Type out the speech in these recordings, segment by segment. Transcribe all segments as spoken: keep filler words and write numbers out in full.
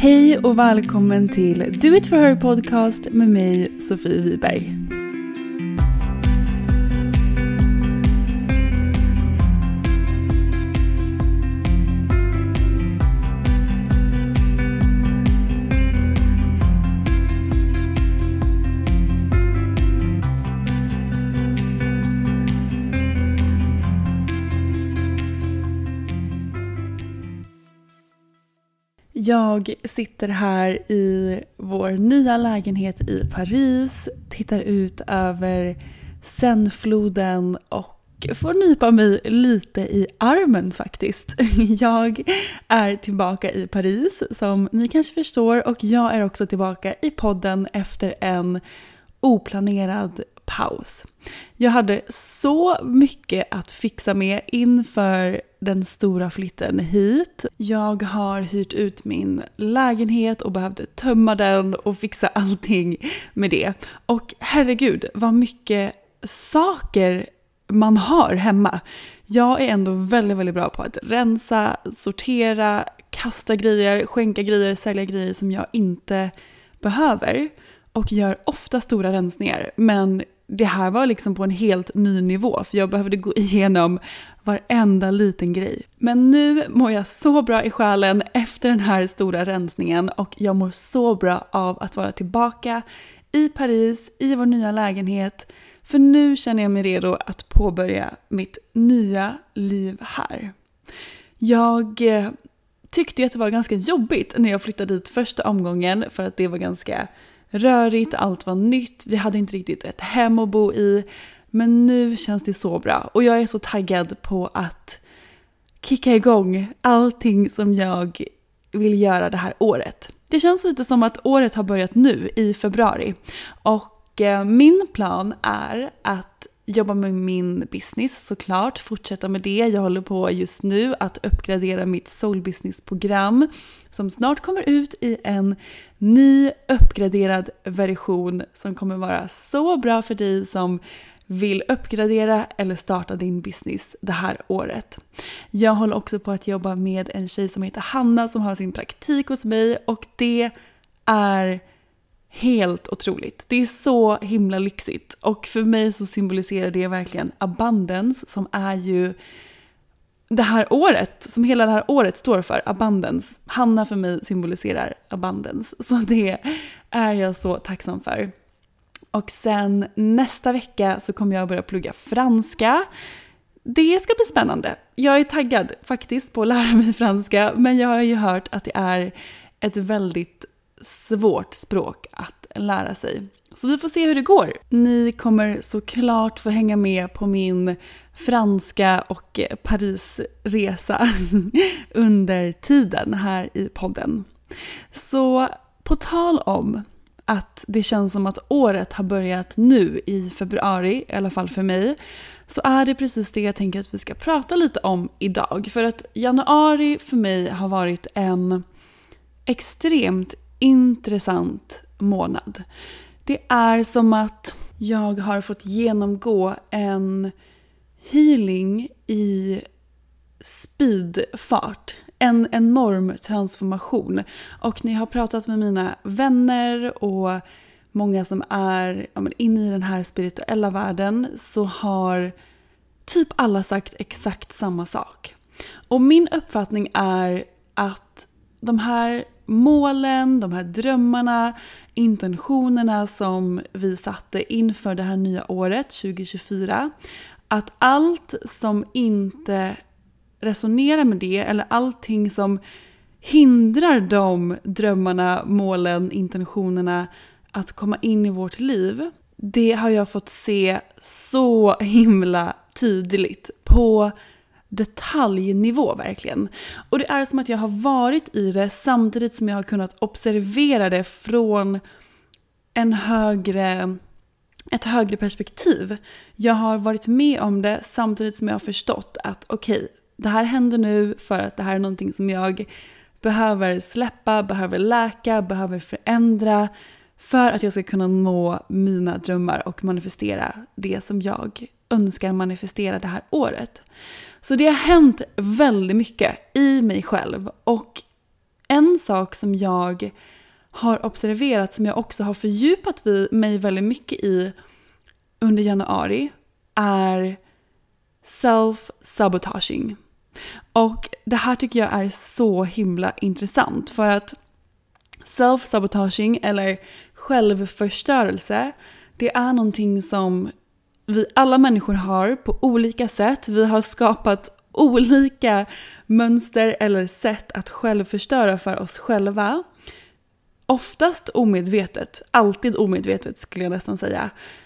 Hej och välkommen till Do It For Her podcast med mig, Sofie Wiberg. Jag sitter här i vår nya lägenhet i Paris, tittar ut över Seinefloden och får nypa mig lite i armen faktiskt. Jag är tillbaka i Paris som ni kanske förstår, och jag är också tillbaka i podden efter en oplanerad paus. Jag hade så mycket att fixa med inför den stora flytten hit. Jag har hyrt ut min lägenhet och behövde tömma den och fixa allting med det. Och herregud, vad mycket saker man har hemma. Jag är ändå väldigt, väldigt bra på att rensa, sortera, kasta grejer, skänka grejer, sälja grejer som jag inte behöver. Och gör ofta stora rensningar, men det här var liksom på en helt ny nivå, för jag behövde gå igenom varenda liten grej. Men nu mår jag så bra i själen efter den här stora rensningen, och jag mår så bra av att vara tillbaka i Paris, i vår nya lägenhet, för nu känner jag mig redo att påbörja mitt nya liv här. Jag tyckte att det var ganska jobbigt när jag flyttade dit första omgången, för att det var ganska rörigt, allt var nytt, vi hade inte riktigt ett hem att bo i, men nu känns det så bra och jag är så taggad på att kicka igång allting som jag vill göra det här året. Det känns lite som att året har börjat nu i februari, och eh, min plan är att jobba med min business såklart, fortsätta med det. Jag håller på just nu att uppgradera mitt Soul Business-program som snart kommer ut i en ny uppgraderad version som kommer vara så bra för dig som vill uppgradera eller starta din business det här året. Jag håller också på att jobba med en tjej som heter Hanna som har sin praktik hos mig, och det är helt otroligt. Det är så himla lyxigt, och för mig så symboliserar det verkligen abundance, som är ju det här året, som hela det här året står för, abundance. Hanna för mig symboliserar abundance, så det är jag så tacksam för. Och sen nästa vecka så kommer jag börja plugga franska. Det ska bli spännande. Jag är taggad faktiskt på att lära mig franska, men jag har ju hört att det är ett väldigt svårt språk att lära sig. Så vi får se hur det går. Ni kommer såklart få hänga med på min franska och Parisresa under tiden här i podden. Så på tal om att det känns som att året har börjat nu i februari, i alla fall för mig, så är det precis det jag tänker att vi ska prata lite om idag. För att januari för mig har varit en extremt intressant månad. Det är som att jag har fått genomgå en healing i speedfart. En enorm transformation. Och när jag har pratat med mina vänner och många som är ja, men inne i den här spirituella världen, så har typ alla sagt exakt samma sak. Och min uppfattning är att de här målen, de här drömmarna, intentionerna som vi satte inför det här nya året tjugo tjugofyra, att allt som inte resonerar med det, eller allting som hindrar de drömmarna, målen, intentionerna att komma in i vårt liv, det har jag fått se så himla tydligt på detaljnivå verkligen. Och det är som att jag har varit i det samtidigt som jag har kunnat observera det från en högre, ett högre perspektiv. Jag har varit med om det samtidigt som jag har förstått att okej, okay, det här händer nu för att det här är någonting som jag behöver släppa, behöver läka, behöver förändra för att jag ska kunna nå mina drömmar och manifestera det som jag önskar manifestera det här året. Så det har hänt väldigt mycket i mig själv, och en sak som jag har observerat, som jag också har fördjupat mig väldigt mycket i under januari, är self-sabotaging. Och det här tycker jag är så himla intressant, för att self-sabotaging eller självförstörelse, det är någonting som vi alla människor har på olika sätt. Vi har skapat olika mönster eller sätt att självförstöra för oss själva. Oftast omedvetet, alltid omedvetet skulle jag nästan säga.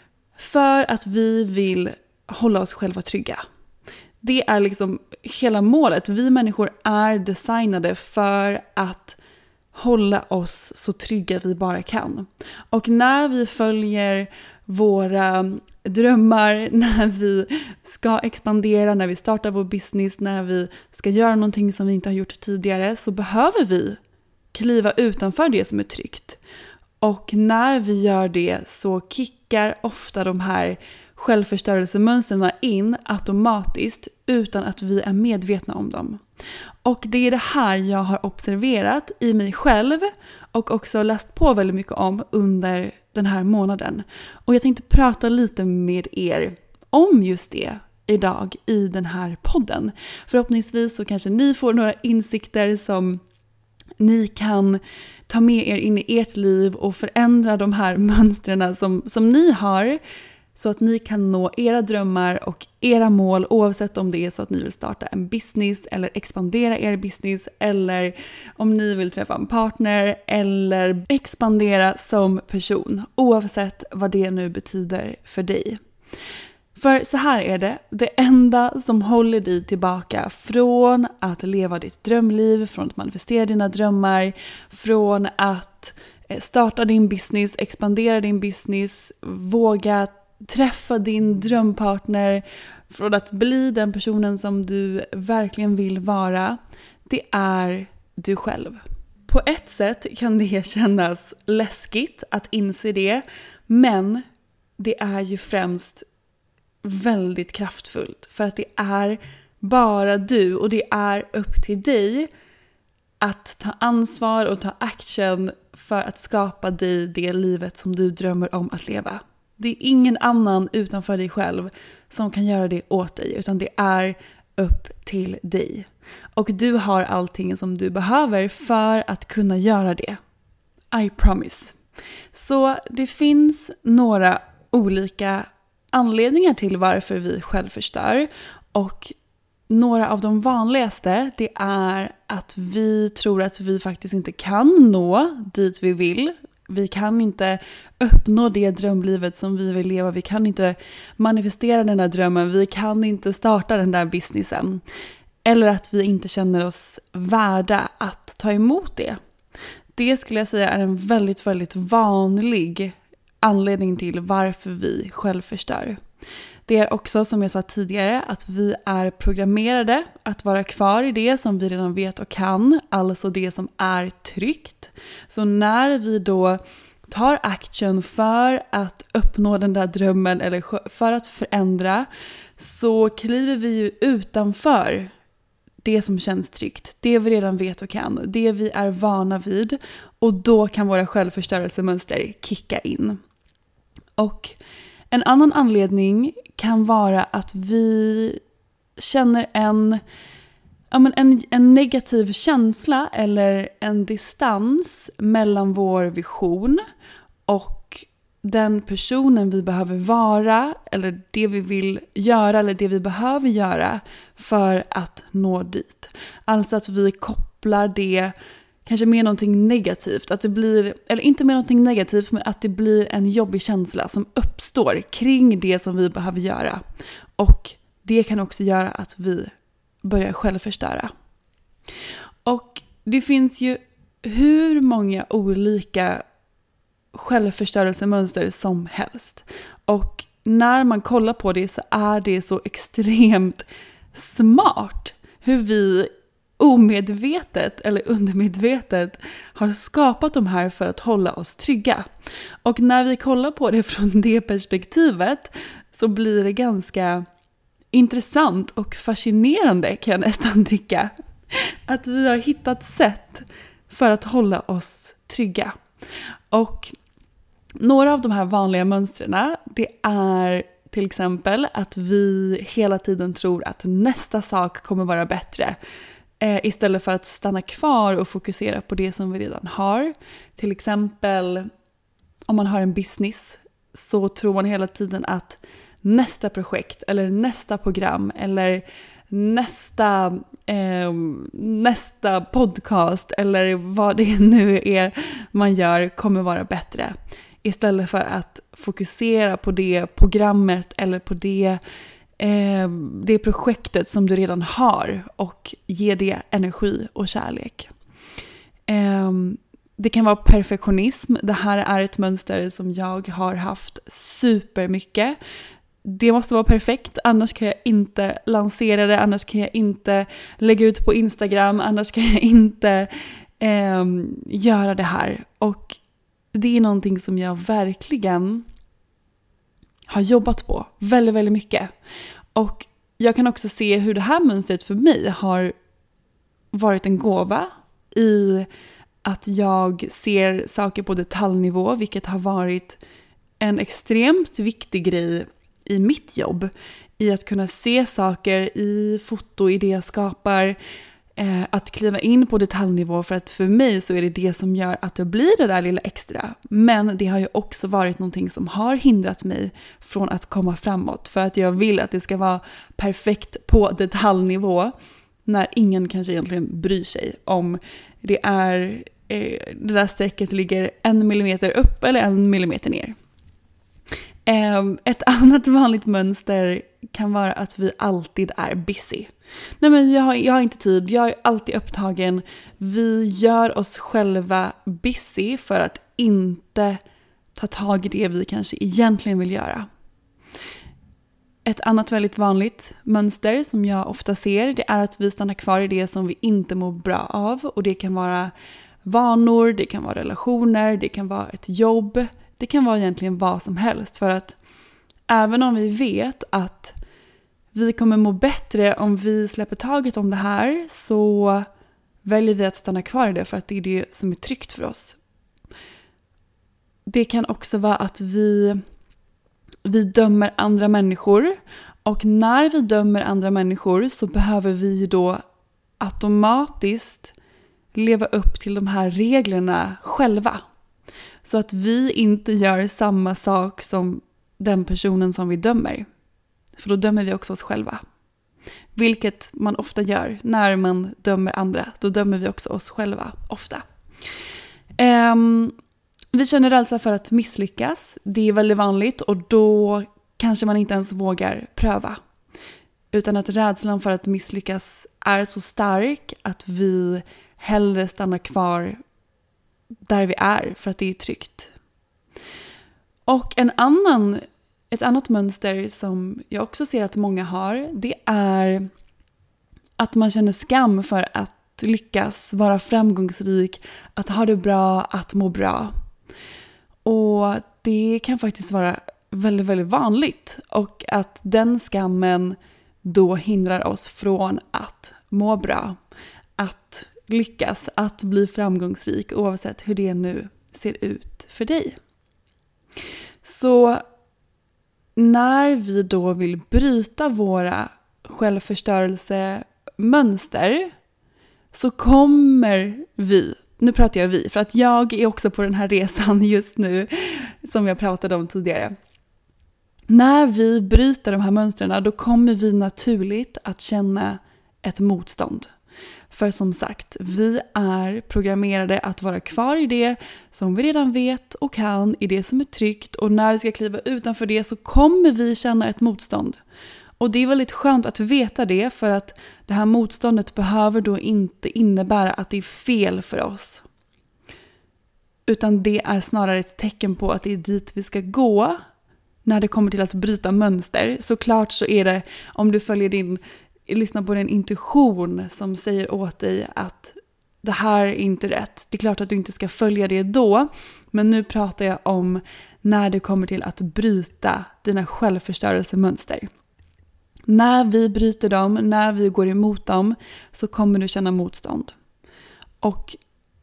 För att vi vill hålla oss själva trygga. Det är liksom hela målet. Vi människor är designade för att hålla oss så trygga vi bara kan. Och när vi följer våra drömmar, när vi ska expandera, när vi startar vår business, när vi ska göra någonting som vi inte har gjort tidigare, så behöver vi kliva utanför det som är tryggt. Och när vi gör det så kickar ofta de här självförstörelsemönstren in automatiskt utan att vi är medvetna om dem. Och det är det här jag har observerat i mig själv och också läst på väldigt mycket om under den här månaden. Och jag tänkte prata lite med er om just det idag i den här podden. Förhoppningsvis så kanske ni får några insikter som ni kan ta med er in i ert liv och förändra de här mönstren som, som ni har, så att ni kan nå era drömmar och era mål, oavsett om det är så att ni vill starta en business eller expandera er business, eller om ni vill träffa en partner eller expandera som person, oavsett vad det nu betyder för dig. För så här är det, det enda som håller dig tillbaka från att leva ditt drömliv, från att manifestera dina drömmar, från att starta din business, expandera din business, våga träffa din drömpartner, från att bli den personen som du verkligen vill vara, det är du själv. På ett sätt kan det kännas läskigt att inse det, men det är ju främst väldigt kraftfullt, för att det är bara du och det är upp till dig att ta ansvar och ta action för att skapa dig det livet som du drömmer om att leva. Det är ingen annan utanför dig själv som kan göra det åt dig, utan det är upp till dig. Och du har allting som du behöver för att kunna göra det. I promise. Så det finns några olika anledningar till varför vi självförstör, och några av de vanligaste, det är att vi tror att vi faktiskt inte kan nå dit vi vill. Vi kan inte uppnå det drömlivet som vi vill leva. Vi kan inte manifestera den där drömmen. Vi kan inte starta den där businessen. Eller att vi inte känner oss värda att ta emot det. Det skulle jag säga är en väldigt, väldigt vanlig anledning till varför vi självförstör. Det är också, som jag sa tidigare, att vi är programmerade att vara kvar i det som vi redan vet och kan, alltså det som är tryggt. Så när vi då tar action för att uppnå den där drömmen eller för att förändra, så kliver vi ju utanför det som känns tryggt, det vi redan vet och kan, det vi är vana vid, och då kan våra självförstörelsemönster kicka in. Och en annan anledning kan vara att vi känner en, ja men en, en negativ känsla eller en distans mellan vår vision och den personen vi behöver vara, eller det vi vill göra eller det vi behöver göra för att nå dit. Alltså att vi kopplar det kanske med någonting negativt, att det blir, eller inte med någonting negativt, men att det blir en jobbig känsla som uppstår kring det som vi behöver göra. Och det kan också göra att vi börjar självförstöra. Och det finns ju hur många olika självförstörelsemönster som helst. Och när man kollar på det så är det så extremt smart hur vi omedvetet eller undermedvetet har skapat de här för att hålla oss trygga. Och när vi kollar på det från det perspektivet så blir det ganska intressant och fascinerande, kan jag nästan tycka. Att vi har hittat sätt för att hålla oss trygga. Och några av de här vanliga mönstren, det är till exempel att vi hela tiden tror att nästa sak kommer vara bättre. Eh, istället för att stanna kvar och fokusera på det som vi redan har. Till exempel om man har en business så tror man hela tiden att nästa projekt eller nästa program eller nästa, eh, nästa podcast eller vad det nu är man gör kommer vara bättre. Istället för att fokusera på det programmet eller på det, eh, det projektet som du redan har och ge det energi och kärlek. Eh, det kan vara perfektionism. Det här är ett mönster som jag har haft supermycket. Det måste vara perfekt, annars kan jag inte lansera det, annars kan jag inte lägga ut på Instagram, annars kan jag inte eh, göra det här. Och det är någonting som jag verkligen har jobbat på väldigt, väldigt mycket. Och jag kan också se hur det här mönstret för mig har varit en gåva i att jag ser saker på detaljnivå, vilket har varit en extremt viktig grej i mitt jobb. I att kunna se saker i foto, i det jag skapar. Eh, att kliva in på detaljnivå, för att för mig så är det det som gör att det blir det där lilla extra. Men det har ju också varit någonting som har hindrat mig från att komma framåt. För att jag vill att det ska vara perfekt på detaljnivå när ingen kanske egentligen bryr sig om det är eh, det där strecket ligger en millimeter upp eller en millimeter ner. Eh, ett annat vanligt mönster kan vara att vi alltid är busy. Nej men jag har, jag har inte tid, jag är alltid upptagen. Vi gör oss själva busy för att inte ta tag i det vi kanske egentligen vill göra. Ett annat väldigt vanligt mönster som jag ofta ser, det är att vi stannar kvar i det som vi inte mår bra av. Och det kan vara vanor, det kan vara relationer, det kan vara ett jobb. Det kan vara egentligen vad som helst, för att även om vi vet att vi kommer må bättre om vi släpper taget om det här, så väljer vi att stanna kvar i det för att det är det som är tryggt för oss. Det kan också vara att vi, vi dömer andra människor, och när vi dömer andra människor så behöver vi då automatiskt leva upp till de här reglerna själva. Så att vi inte gör samma sak som den personen som vi dömer. För då dömer vi också oss själva. Vilket man ofta gör när man dömer andra. Då dömer vi också oss själva ofta. Um, vi känner rädsla för att misslyckas. Det är väldigt vanligt, och då kanske man inte ens vågar pröva. Utan att rädslan för att misslyckas är så stark att vi hellre stannar kvar där vi är för att det är tryggt. Och en annan, ett annat mönster som jag också ser att många har, det är att man känner skam för att lyckas vara framgångsrik, att ha det bra, att må bra. Och det kan faktiskt vara väldigt, väldigt vanligt, och att den skammen då hindrar oss från att må bra, att lyckas, att bli framgångsrik, oavsett hur det nu ser ut för dig. Så när vi då vill bryta våra självförstörelsemönster, så kommer vi, nu pratar jag vi, för att jag är också på den här resan just nu som jag pratade om tidigare. När vi bryter de här mönstren, då kommer vi naturligt att känna ett motstånd. För som sagt, vi är programmerade att vara kvar i det som vi redan vet och kan, i det som är tryggt. Och när vi ska kliva utanför det så kommer vi känna ett motstånd. Och det är väldigt skönt att veta det, för att det här motståndet behöver då inte innebära att det är fel för oss. Utan det är snarare ett tecken på att det är dit vi ska gå när det kommer till att bryta mönster. Såklart så är det, om du följer din lyssna på din intuition som säger åt dig att det här är inte rätt. Det är klart att du inte ska följa det då. Men nu pratar jag om när det kommer till att bryta dina självförstörelsemönster. När vi bryter dem, när vi går emot dem, så kommer du känna motstånd. Och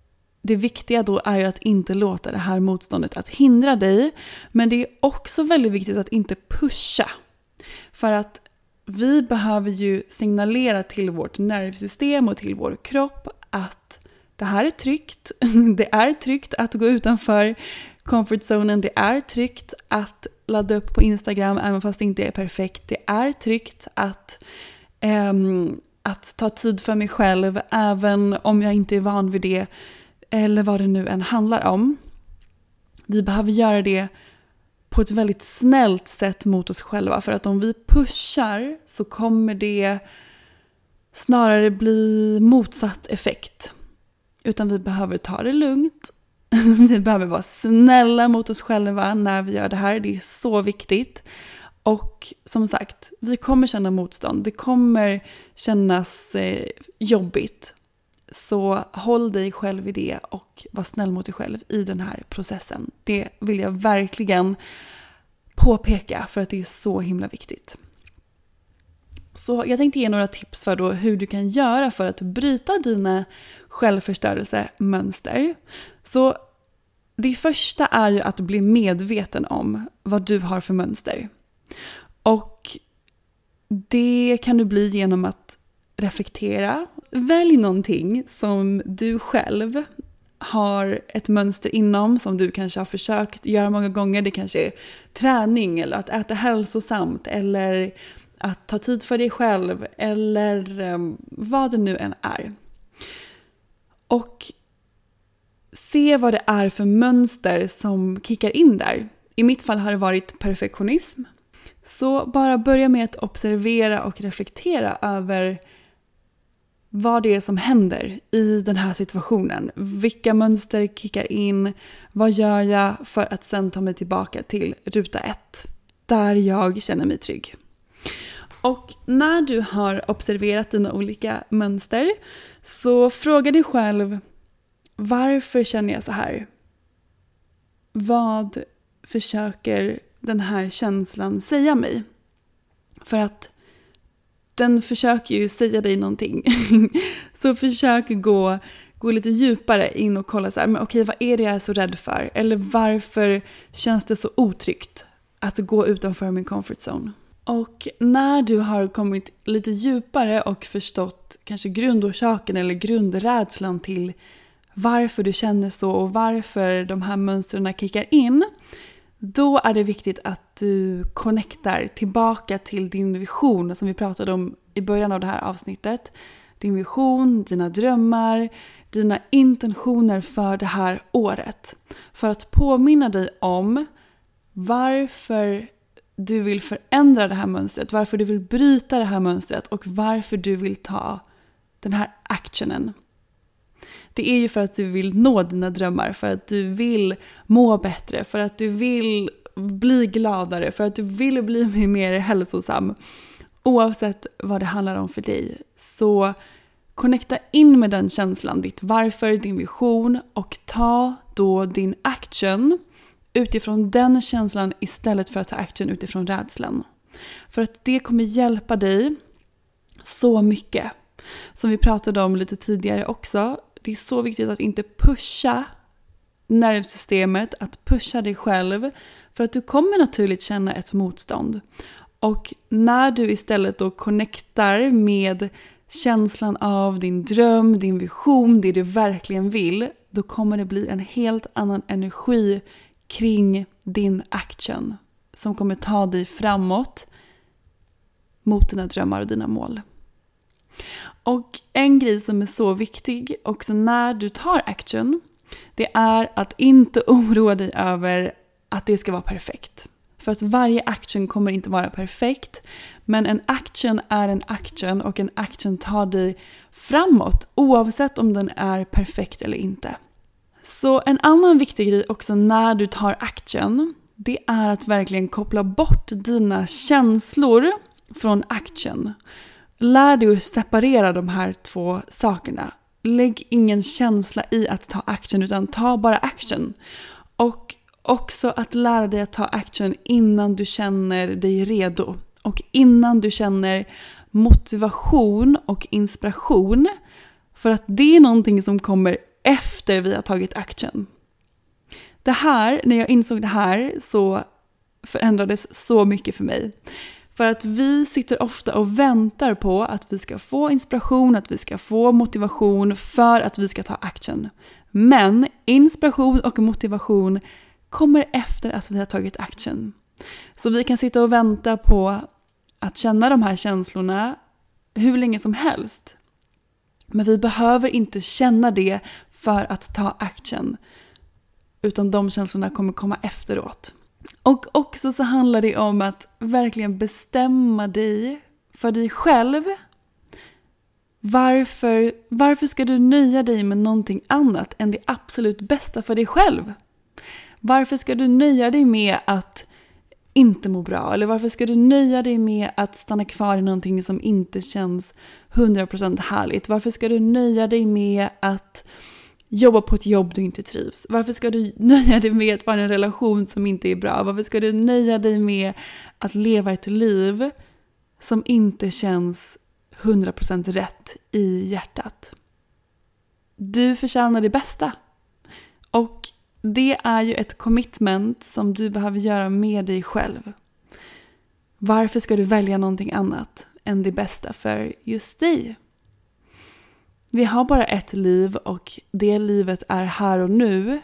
det viktiga då är ju att inte låta det här motståndet att hindra dig. Men det är också väldigt viktigt att inte pusha. För att vi behöver ju signalera till vårt nervsystem och till vår kropp att det här är tryggt. Det är tryggt att gå utanför comfortzonen. Det är tryggt att ladda upp på Instagram även fast det inte är perfekt. Det är tryggt att, um, att ta tid för mig själv även om jag inte är van vid det. Eller vad det nu än handlar om. Vi behöver göra det på ett väldigt snällt sätt mot oss själva. För att om vi pushar så kommer det snarare bli motsatt effekt. Utan vi behöver ta det lugnt. Vi behöver vara snälla mot oss själva när vi gör det här. Det är så viktigt. Och som sagt, vi kommer känna motstånd. Det kommer kännas eh, jobbigt. Så håll dig själv i det och var snäll mot dig själv i den här processen. Det vill jag verkligen påpeka för att det är så himla viktigt. Så jag tänkte ge några tips för då hur du kan göra för att bryta dina självförstörelsemönster. Så det första är ju att bli medveten om vad du har för mönster. Och det kan du bli genom att reflektera. Välj någonting som du själv har ett mönster inom som du kanske har försökt göra många gånger. Det kanske är träning eller att äta hälsosamt eller att ta tid för dig själv eller um, vad det nu än är. Och se vad det är för mönster som kickar in där. I mitt fall har det varit perfektionism. Så bara börja med att observera och reflektera över vad det är som händer i den här situationen. Vilka mönster kickar in? Vad gör jag för att sen ta mig tillbaka till ruta ett? Där jag känner mig trygg. Och när du har observerat dina olika mönster så fråga dig själv, varför känner jag så här? Vad försöker den här känslan säga mig? För att den försöker ju säga dig någonting. Så försök gå, gå lite djupare in och kolla så här, men okej, vad är det jag är så rädd för? Eller varför känns det så otryggt att gå utanför min comfort zone? Och när du har kommit lite djupare och förstått kanske grundorsaken eller grundrädslan till varför du känner så och varför de här mönstren kickar in, då är det viktigt att du connectar tillbaka till din vision som vi pratade om i början av det här avsnittet. Din vision, dina drömmar, dina intentioner för det här året. För att påminna dig om varför du vill förändra det här mönstret, varför du vill bryta det här mönstret och varför du vill ta den här actionen. Det är ju för att du vill nå dina drömmar, för att du vill må bättre, för att du vill bli gladare, för att du vill bli mer hälsosam. Oavsett vad det handlar om för dig, så connecta in med den känslan, ditt varför, din vision, och ta då din action utifrån den känslan istället för att ta action utifrån rädslan. För att det kommer hjälpa dig så mycket. Som vi pratade om lite tidigare också. Det är så viktigt att inte pusha nervsystemet, att pusha dig själv. För att du kommer naturligt känna ett motstånd. Och när du istället då connectar med känslan av din dröm, din vision, det du verkligen vill, då kommer det bli en helt annan energi kring din action som kommer ta dig framåt mot dina drömmar och dina mål. Och en grej som är så viktig också när du tar action, det är att inte oroa dig över att det ska vara perfekt. För att varje action kommer inte vara perfekt, men en action är en action och en action tar dig framåt oavsett om den är perfekt eller inte. Så en annan viktig grej också när du tar action, det är att verkligen koppla bort dina känslor från action. Lär dig att separera de här två sakerna. Lägg ingen känsla i att ta action utan ta bara action. Och också att lära dig att ta action innan du känner dig redo. Och innan du känner motivation och inspiration. För att det är någonting som kommer efter vi har tagit action. Det här, när jag insåg det här så förändrades så mycket för mig. För att vi sitter ofta och väntar på att vi ska få inspiration, att vi ska få motivation för att vi ska ta action. Men inspiration och motivation kommer efter att vi har tagit action. Så vi kan sitta och vänta på att känna de här känslorna hur länge som helst. Men vi behöver inte känna det för att ta action. Utan de känslorna kommer komma efteråt. Och också så handlar det om att verkligen bestämma dig för dig själv. Varför, varför ska du nöja dig med någonting annat än det absolut bästa för dig själv? Varför ska du nöja dig med att inte må bra? Eller varför ska du nöja dig med att stanna kvar i någonting som inte känns hundra procent härligt? Varför ska du nöja dig med att jobba på ett jobb du inte trivs? Varför ska du nöja dig med att vara i en relation som inte är bra? Varför ska du nöja dig med att leva ett liv som inte känns hundra procent rätt i hjärtat? Du förtjänar det bästa. Och det är ju ett commitment som du behöver göra med dig själv. Varför ska du välja någonting annat än det bästa för just dig? Vi har bara ett liv och det livet är här och nu.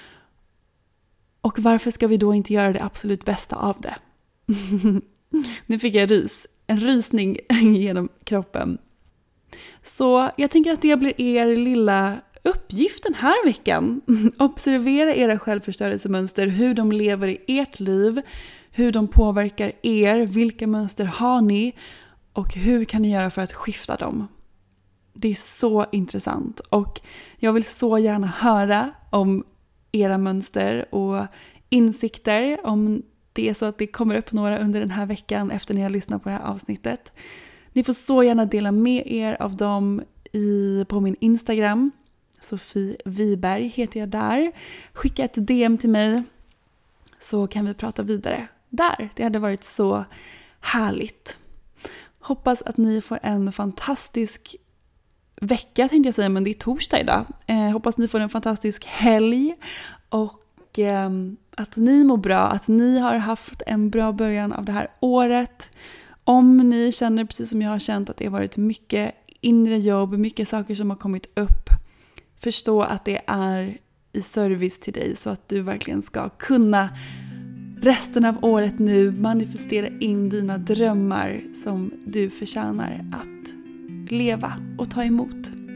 Och varför ska vi då inte göra det absolut bästa av det? Nu fick jag rys, en rysning genom kroppen. Så jag tänker att det blir er lilla uppgift den här veckan. Observera era självförstörelsemönster, hur de lever i ert liv, hur de påverkar er, vilka mönster har ni och hur kan ni göra för att skifta dem. Det är så intressant och jag vill så gärna höra om era mönster och insikter, om det är så att det kommer upp några under den här veckan efter ni har lyssnat på det här avsnittet. Ni får så gärna dela med er av dem i, på min Instagram. Sofie Wiberg heter jag där. Skicka ett D M till mig så kan vi prata vidare där. Det hade varit så härligt. Hoppas att ni får en fantastisk vecka tänkte jag säga, men det är torsdag idag. Eh, hoppas ni får en fantastisk helg och eh, att ni mår bra, att ni har haft en bra början av det här året. Om ni känner precis som jag har känt att det har varit mycket inre jobb, mycket saker som har kommit upp, förstå att det är i service till dig så att du verkligen ska kunna resten av året nu manifestera in dina drömmar som du förtjänar att leva och ta emot.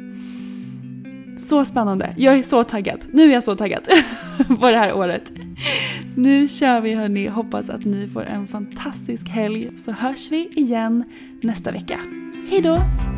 Så spännande. Jag är så taggad. Nu är jag så taggad på det här året. Nu kör vi hörni. Hoppas att ni får en fantastisk helg så hörs vi igen nästa vecka. Hej då!